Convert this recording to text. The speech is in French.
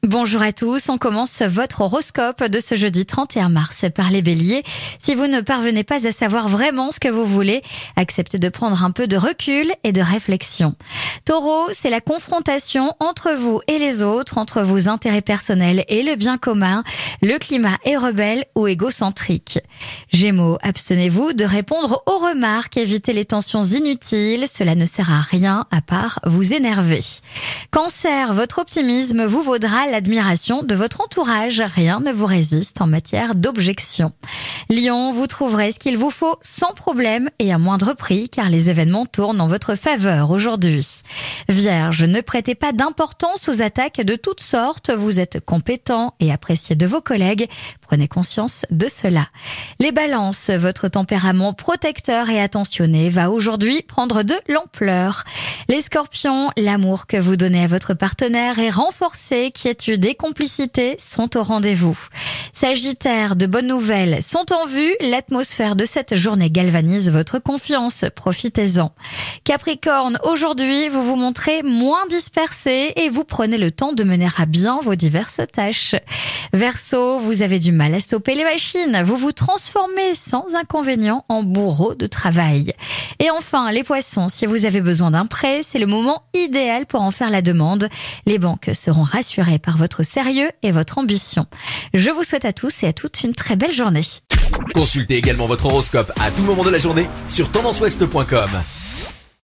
Bonjour à tous, on commence votre horoscope de ce jeudi 31 mars par les béliers. Si vous ne parvenez pas à savoir vraiment ce que vous voulez, acceptez de prendre un peu de recul et de réflexion. Taureau, c'est la confrontation entre vous et les autres, entre vos intérêts personnels et le bien commun. Le climat est rebelle ou égocentrique. Gémeaux, abstenez-vous de répondre aux remarques, évitez les tensions inutiles, cela ne sert à rien à part vous énerver. Cancer, votre optimisme vous vaudra l'admiration de votre entourage. Rien ne vous résiste en matière d'objection. Lion, vous trouverez ce qu'il vous faut sans problème et à moindre prix car les événements tournent en votre faveur aujourd'hui. Vierge, ne prêtez pas d'importance aux attaques de toutes sortes. Vous êtes compétent et apprécié de vos collègues. Prenez conscience de cela. Les balances, votre tempérament protecteur et attentionné va aujourd'hui prendre de l'ampleur. Les scorpions, l'amour que vous donnez à votre partenaire est renforcé, quiétude et complicité sont au rendez-vous. Sagittaire, de bonnes nouvelles sont en vue, l'atmosphère de cette journée galvanise votre confiance, profitez-en. Capricorne, aujourd'hui vous vous montrez moins dispersé et vous prenez le temps de mener à bien vos diverses tâches. Verseau, vous avez du mal à stopper les machines, vous vous transformez sans inconvénient en bourreau de travail. Et enfin, les poissons, si vous avez besoin d'un prêt, c'est le moment idéal pour en faire la demande. Les banques seront rassurées par votre sérieux et votre ambition. Je vous souhaite à tous et à toutes une très belle journée. Consultez également votre horoscope à tout moment de la journée sur tendanceouest.com.